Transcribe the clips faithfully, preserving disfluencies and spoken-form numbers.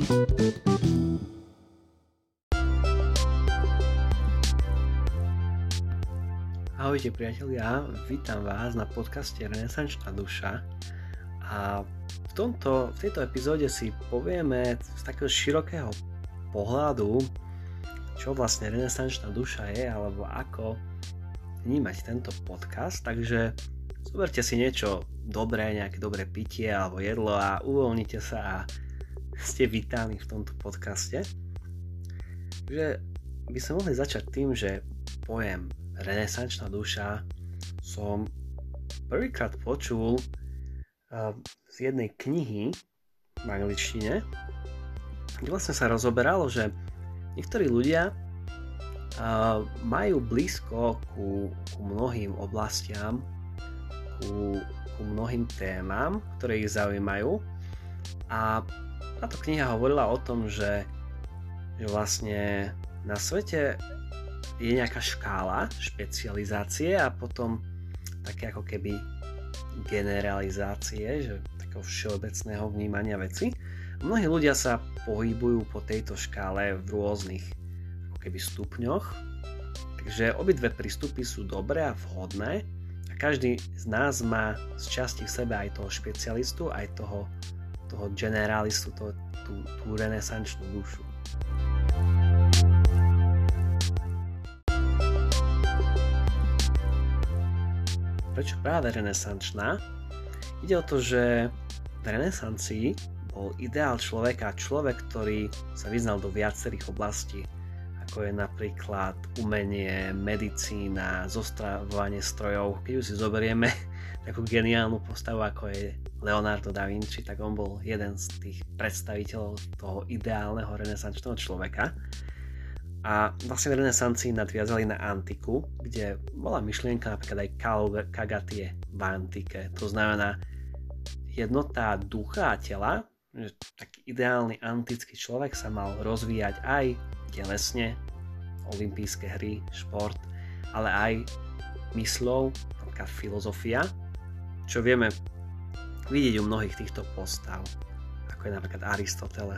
Ahojte priatelia, vítam vás na podcaste Renesančná duša a v, tomto, v tejto epizóde si povieme z takého širokého pohľadu, čo vlastne Renesančná duša je alebo ako vnímať tento podcast, takže zoberte si niečo dobré, nejaké dobré pitie alebo jedlo a uvoľnite sa a ste vítaní v tomto podcaste. Takže by sme mohli začať tým, že pojem Renesančná duša som prvýkrát počul uh, z jednej knihy v angličtine, kde vlastne sa rozoberalo, že niektorí ľudia uh, majú blízko ku, ku mnohým oblastiam, ku, ku mnohým témam, ktoré ich zaujímajú, a táto kniha hovorila o tom, že, že vlastne na svete je nejaká škála špecializácie a potom také ako keby generalizácie, že takého všeobecného vnímania veci. Mnohí ľudia sa pohybujú po tejto škále v rôznych ako keby stupňoch, takže obidve prístupy sú dobré a vhodné a každý z nás má z časti v sebe aj toho špecialistu, aj toho, toho generalistu, toho, tú, tú renesančnú dušu. Prečo práve renesančná? Ide o to, že v renesancii bol ideál človeka, človek, ktorý sa vyznal do viacerých oblastí, ako je napríklad umenie, medicína, zostavovanie strojov. Keď už si zoberieme takú geniálnu postavu, ako je Leonardo da Vinci, tak on bol jeden z tých predstaviteľov toho ideálneho renesančného človeka. A vlastne v renesancii nadviazali na antiku, kde bola myšlienka napríklad aj kagatie v antike. To znamená jednota ducha a tela, že taký ideálny antický človek sa mal rozvíjať aj telesne, olympijské hry, šport, ale aj mysľou, taká filozofia, čo vieme vidieť u mnohých týchto postav, ako je napríklad Aristoteles.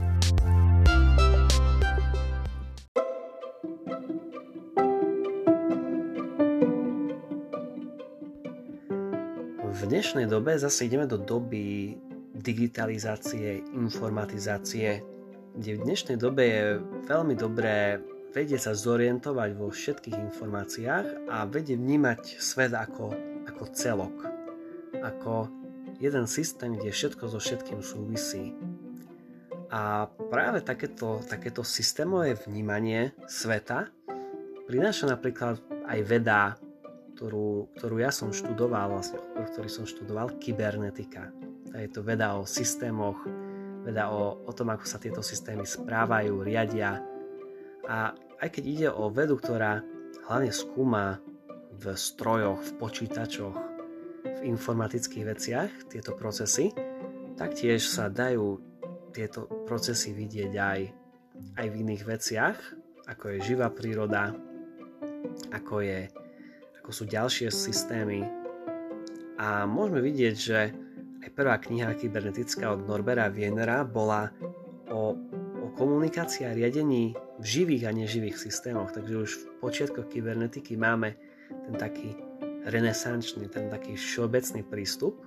V dnešnej dobe zase ideme do doby digitalizácie, informatizácie, kde v dnešnej dobe je veľmi dobré vedieť sa zorientovať vo všetkých informáciách a vedieť vnímať svet ako, ako celok, ako jeden systém, kde všetko so všetkým súvisí. A práve takéto, takéto systémové vnímanie sveta prináša napríklad aj veda, Ktorú, ktorú ja som študoval, vlastne, ktorý som študoval, kybernetika. Je to veda o systémoch, veda o, o tom, ako sa tieto systémy správajú, riadia. A aj keď ide o vedu, ktorá hlavne skúma v strojoch, v počítačoch, v informatických veciach tieto procesy, taktiež sa dajú tieto procesy vidieť aj, aj v iných veciach, ako je živá príroda, ako je ako sú ďalšie systémy. A môžeme vidieť, že aj prvá kniha kybernetická od Norbera Wienera bola o, o komunikácii a riadení v živých a neživých systémoch. Takže už v počiatkoch kybernetiky máme ten taký renesančný, ten taký všeobecný prístup.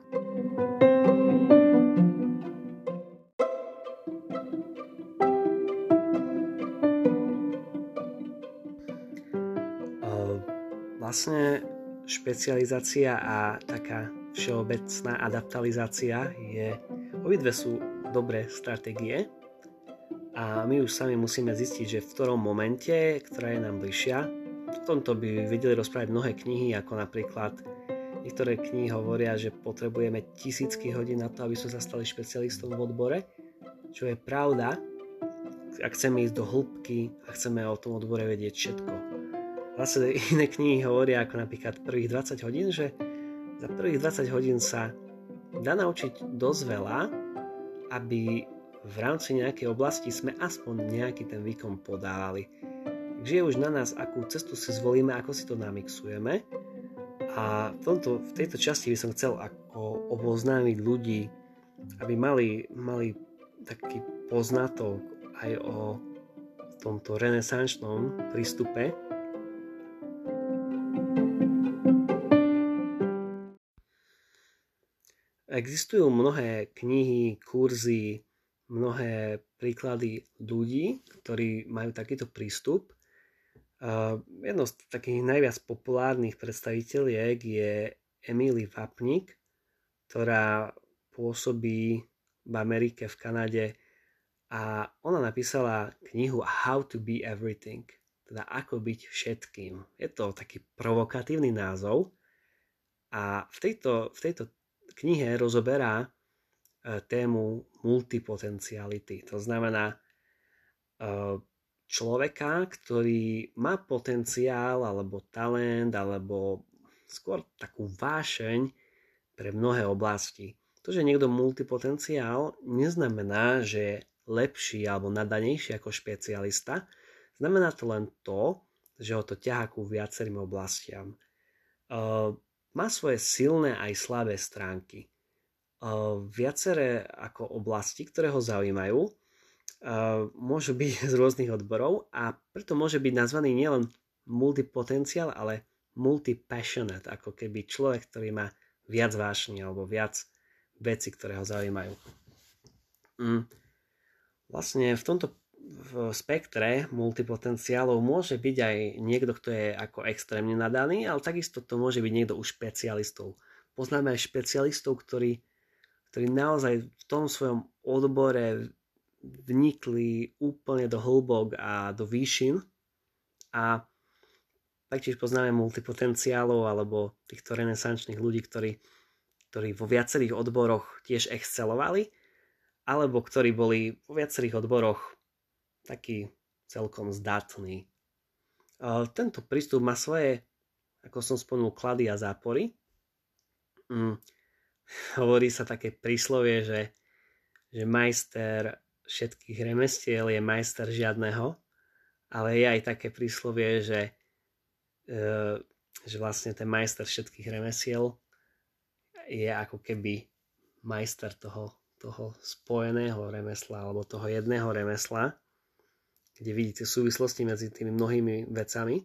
Vlastne špecializácia a taká všeobecná adaptalizácia je, obidve sú dobré stratégie a my už sami musíme zistiť, že v ktorom momente, ktorá je nám bližšia. O tomto by vedeli rozprávať mnohé knihy, ako napríklad niektoré knihy hovoria, že potrebujeme tisícky hodín na to, aby sme sa stali špecialistom v odbore, čo je pravda, ak chceme ísť do hĺbky a chceme o tom odbore vedieť všetko. Zase iné knihy hovoria, ako napríklad prvých dvadsať hodín, že za prvých dvadsať hodín sa dá naučiť dosť veľa, aby v rámci nejakej oblasti sme aspoň nejaký ten výkon podávali. Takže je už na nás, akú cestu si zvolíme, ako si to namixujeme. A v, tomto, v tejto časti by som chcel ako oboznámiť ľudí, aby mali, mali taký poznatok aj o tomto renesančnom prístupe. Existujú mnohé knihy, kurzy, mnohé príklady ľudí, ktorí majú takýto prístup. Uh, jedno z takých najviac populárnych predstaviteľiek je Emily Vapník, ktorá pôsobí v Amerike, v Kanade, a ona napísala knihu How to be everything, teda ako byť všetkým. Je to taký provokatívny názov a v tejto, v tejto knihe rozoberá tému multipotenciality. To znamená človeka, ktorý má potenciál alebo talent alebo skôr takú vášeň pre mnohé oblasti. To, že niekto multipotenciál, neznamená, že je lepší alebo nadanejší ako špecialista. Znamená to len to, že ho to ťahá ku viacerým oblastiam. Uh, má svoje silné aj slabé stránky. Uh, viaceré ako oblasti, ktoré ho zaujímajú, uh, môžu byť z rôznych odborov a preto môže byť nazvaný nielen multipotenciál, ale multipassionate, ako keby človek, ktorý má viac vášní alebo viac veci, ktoré ho zaujímajú. Mm. Vlastne v tomto v spektre multipotenciálov môže byť aj niekto, kto je ako extrémne nadaný, ale takisto to môže byť niekto už špecialistov. Poznáme aj špecialistov, ktorí, ktorí naozaj v tom svojom odbore vnikli úplne do hĺbok a do výšin a taktiež poznáme multipotenciálov alebo týchto renesančných ľudí, ktorí, ktorí vo viacerých odboroch tiež excelovali, alebo ktorí boli vo viacerých odboroch taký celkom zdatný. Tento prístup má svoje, ako som spomenul, klady a zápory. Mm. Hovorí sa také príslovie, že, že majster všetkých remestiel je majster žiadneho, ale je aj také príslovie, že, e, že vlastne ten majster všetkých remesiel je ako keby majster toho toho spojeného remesla alebo toho jedného remesla, kde vidíte súvislosti medzi tými mnohými vecami.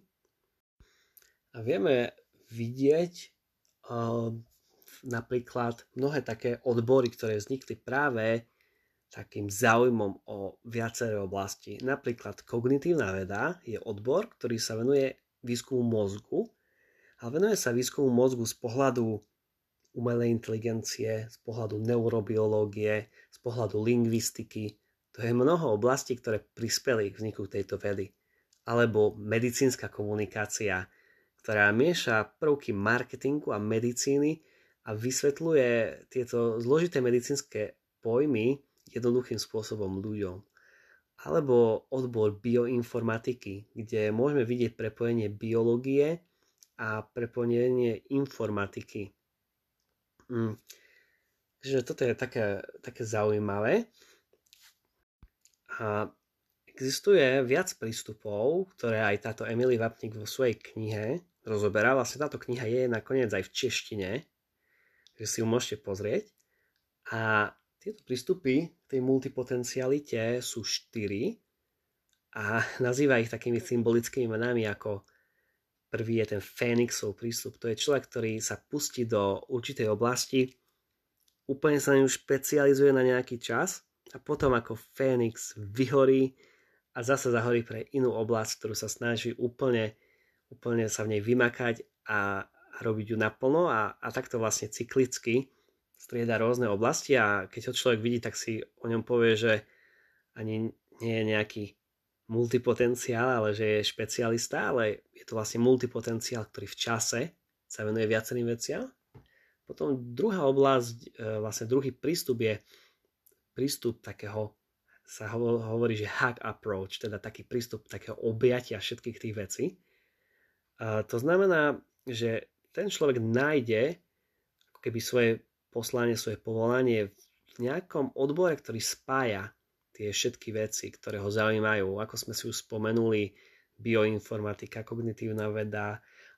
A vieme vidieť uh, napríklad mnohé také odbory, ktoré vznikli práve takým záujmom o viaceré oblasti. Napríklad kognitívna veda je odbor, ktorý sa venuje výskumu mozgu a venuje sa výskumu mozgu z pohľadu umelej inteligencie, z pohľadu neurobiológie, z pohľadu lingvistiky. To je mnoho oblastí, ktoré prispeli k vzniku tejto vedy. Alebo medicínska komunikácia, ktorá mieša prvky marketingu a medicíny a vysvetľuje tieto zložité medicínske pojmy jednoduchým spôsobom ľuďom. Alebo odbor bioinformatiky, kde môžeme vidieť prepojenie biológie a prepojenie informatiky. Mm. Takže toto je také, také zaujímavé. A existuje viac prístupov, ktoré aj táto Emily Vapník vo svojej knihe rozoberá. Vlastne táto kniha je nakoniec aj v češtine, že si ju môžete pozrieť. A tieto prístupy tej multipotencialite sú štyri a nazýva ich takými symbolickými menami ako prvý je ten Fénixov prístup. To je človek, ktorý sa pustí do určitej oblasti, úplne sa na ňu špecializuje na nejaký čas a potom ako Fénix vyhorí a zase zahorí pre inú oblasť, ktorú sa snaží úplne, úplne sa v nej vymakať a, a robiť ju naplno a, a takto vlastne cyklicky strieda rôzne oblasti a keď ho človek vidí, tak si o ňom povie, že ani nie je nejaký multipotenciál, ale že je špecialista, ale je to vlastne multipotenciál, ktorý v čase sa venuje viacerým veciam. Potom druhá oblasť, vlastne druhý prístup je prístup takého, sa hovorí, že hack approach, teda taký prístup takého objatia všetkých tých vecí. To znamená, že ten človek nájde ako keby svoje poslanie, svoje povolanie v nejakom odbore, ktorý spája tie všetky veci, ktoré ho zaujímajú. Ako sme si už spomenuli, bioinformatika, kognitívna veda,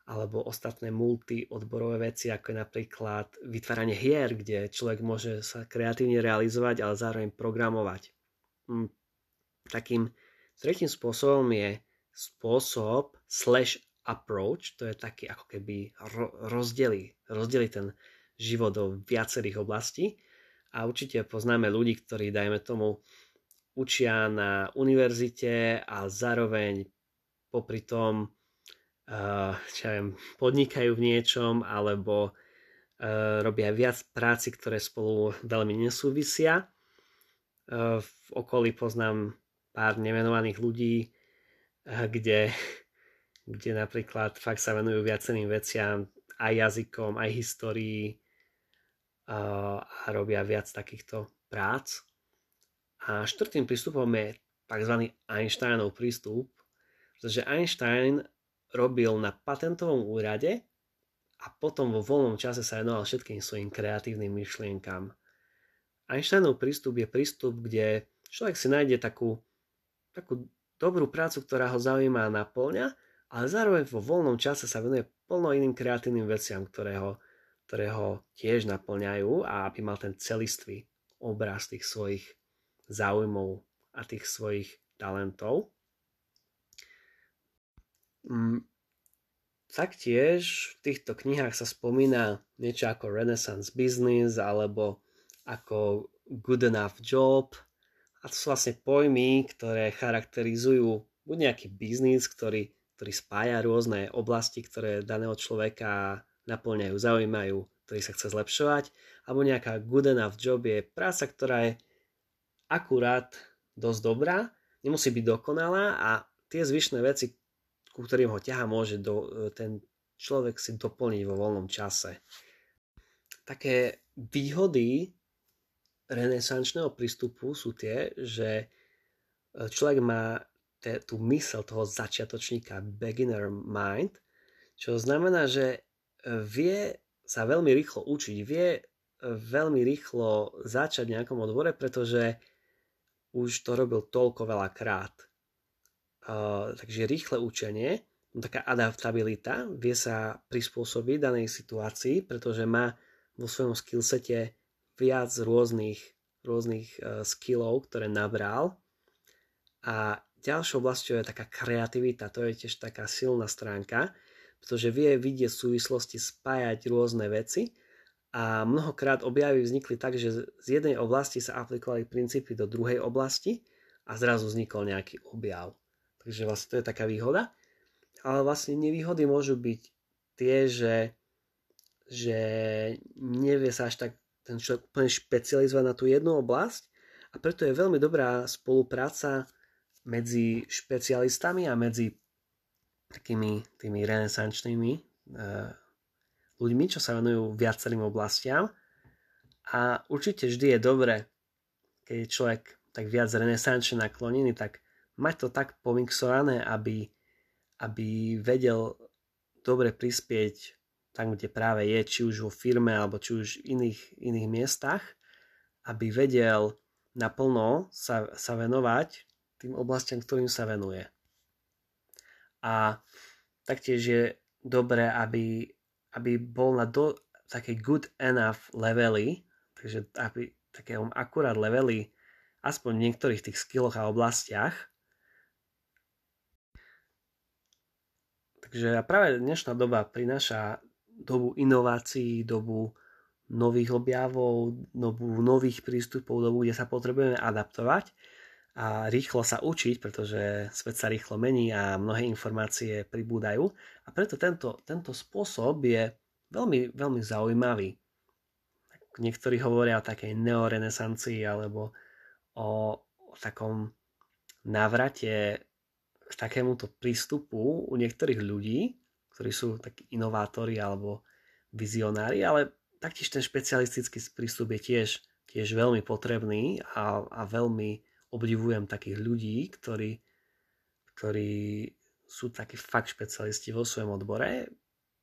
alebo ostatné multiodborové veci, ako je napríklad vytváranie hier, kde človek môže sa kreatívne realizovať, ale zároveň programovať. Takým tretím spôsobom je spôsob slash approach, to je taký ako keby rozdelí, rozdelí ten život do viacerých oblastí. A určite poznáme ľudí, ktorí, dajme tomu, učia na univerzite a zároveň popri tom uh, čo ja viem, podnikajú v niečom alebo uh, robia viac práci, ktoré spolu veľmi nesúvisia. Uh, v okolí poznám pár nemenovaných ľudí, uh, kde, kde napríklad fakt sa venujú viacerým veciam, aj jazykom, aj histórii uh, a robia viac takýchto prác. A štvrtým prístupom je tzv. Einsteinov prístup, pretože Einstein robil na patentovom úrade a potom vo voľnom čase sa venoval všetkým svojim kreatívnym myšlienkam. Einsteinov prístup je prístup, kde človek si nájde takú, takú dobrú prácu, ktorá ho zaujíma a naplňa, ale zároveň vo voľnom čase sa venuje plno iným kreatívnym veciam, ktoré ho, ktoré ho tiež naplňajú, a aby mal ten celistvý obraz tých svojich záujmov a tých svojich talentov. Taktiež v týchto knihách sa spomína niečo ako Renaissance Business alebo ako Good Enough Job. A to sú vlastne pojmy, ktoré charakterizujú buď nejaký biznis, ktorý, ktorý spája rôzne oblasti, ktoré daného človeka naplňajú, zaujímajú, ktorý sa chce zlepšovať, alebo nejaká Good Enough Job je práca, ktorá je akurát dosť dobrá, nemusí byť dokonalá a tie zvyšné veci, ku ktorým ho ťaha, môže do, ten človek si doplniť vo voľnom čase. Také výhody renesančného prístupu sú tie, že človek má te, tú myseľ toho začiatočníka, beginner mind, čo znamená, že vie sa veľmi rýchlo učiť, vie veľmi rýchlo začať v nejakom odbore, pretože už to robil toľko veľa krát. Uh, takže rýchle učenie, taká adaptabilita, vie sa prispôsobiť danej situácii, pretože má vo svojom skillsete viac rôznych, rôznych uh, skillov, ktoré nabral. A ďalšou oblasťou je taká kreativita, to je tiež taká silná stránka, pretože vie vidieť súvislosti, spájať rôzne veci. A mnohokrát objavy vznikli tak, že z jednej oblasti sa aplikovali princípy do druhej oblasti a zrazu vznikol nejaký objav. Takže vlastne to je taká výhoda. Ale vlastne nevýhody môžu byť tie, že, že nevie sa až tak ten človek úplne špecializovať na tú jednu oblasť, a preto je veľmi dobrá spolupráca medzi špecialistami a medzi takými tými renesančnými uh, ľuďmi, čo sa venujú viacerým oblastiam. A určite vždy je dobré, keď je človek tak viac renesančne naklonený, tak mať to tak pomixované, aby, aby vedel dobre prispieť tam, kde práve je, či už vo firme, alebo či už v iných, iných miestach, aby vedel naplno sa, sa venovať tým oblastiam, ktorým sa venuje. A taktiež je dobré, aby aby bol na do, také good enough levely, takže aby takému akurát levely aspoň v niektorých tých skilloch a oblastiach. Takže práve dnešná doba prináša dobu inovácií, dobu nových objavov, dobu nových prístupov, dobu, kde sa potrebujeme adaptovať a rýchlo sa učiť, pretože svet sa rýchlo mení a mnohé informácie pribúdajú. A preto tento, tento spôsob je veľmi, veľmi zaujímavý. Niektorí hovoria o takej neorenesancii alebo o, o takom návrate k takémuto prístupu u niektorých ľudí, ktorí sú takí inovátori alebo vizionári, ale taktiež ten špecialistický prístup je tiež, tiež veľmi potrebný a, a veľmi obdivujem takých ľudí, ktorí, ktorí sú takí fakt špecialisti vo svojom odbore.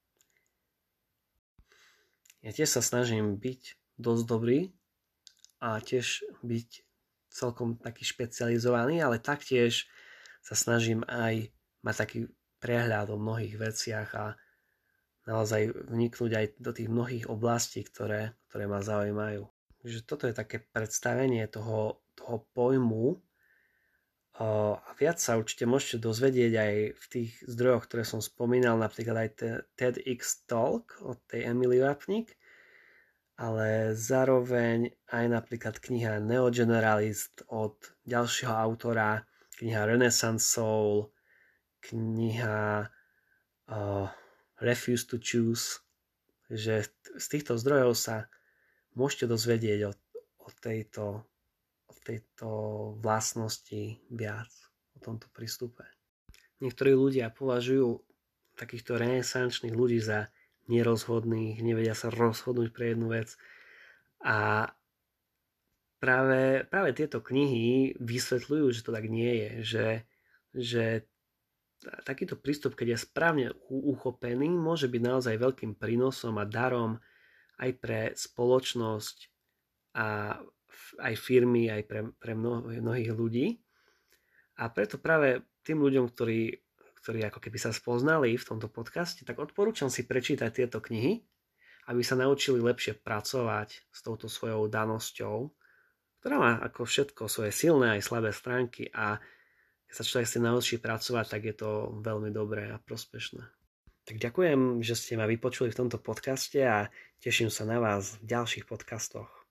Ja tiež sa snažím byť dosť dobrý a tiež byť celkom taký špecializovaný, ale taktiež sa snažím aj mať taký prehľad o mnohých veciach a naozaj vniknúť aj do tých mnohých oblastí, ktoré, ktoré ma zaujímajú. Takže toto je také predstavenie toho, toho pojmu a viac sa určite môžete dozvedieť aj v tých zdrojoch, ktoré som spomínal, napríklad aj TEDx Talk od tej Emily Wapnick, ale zároveň aj napríklad kniha Neogeneralist od ďalšieho autora, kniha Renaissance Soul, kniha uh, Refuse to Choose, že z týchto zdrojov sa môžete dozvedieť o, o, tejto, o tejto vlastnosti viac, o tomto prístupe. Niektorí ľudia považujú takýchto renesančných ľudí za nerozhodných, nevedia sa rozhodnúť pre jednu vec a práve, práve tieto knihy vysvetľujú, že to tak nie je, že, že takýto prístup, keď je správne uchopený, môže byť naozaj veľkým prínosom a darom aj pre spoločnosť a aj firmy, aj pre, pre mnohých ľudí. A preto práve tým ľuďom, ktorí, ktorí ako keby sa spoznali v tomto podcaste, tak odporúčam si prečítať tieto knihy, aby sa naučili lepšie pracovať s touto svojou danosťou, ktorá má ako všetko svoje silné aj slabé stránky a keď sa človek chce naučí pracovať, tak je to veľmi dobré a prospešné. Tak ďakujem, že ste ma vypočuli v tomto podcaste a teším sa na vás v ďalších podcastoch.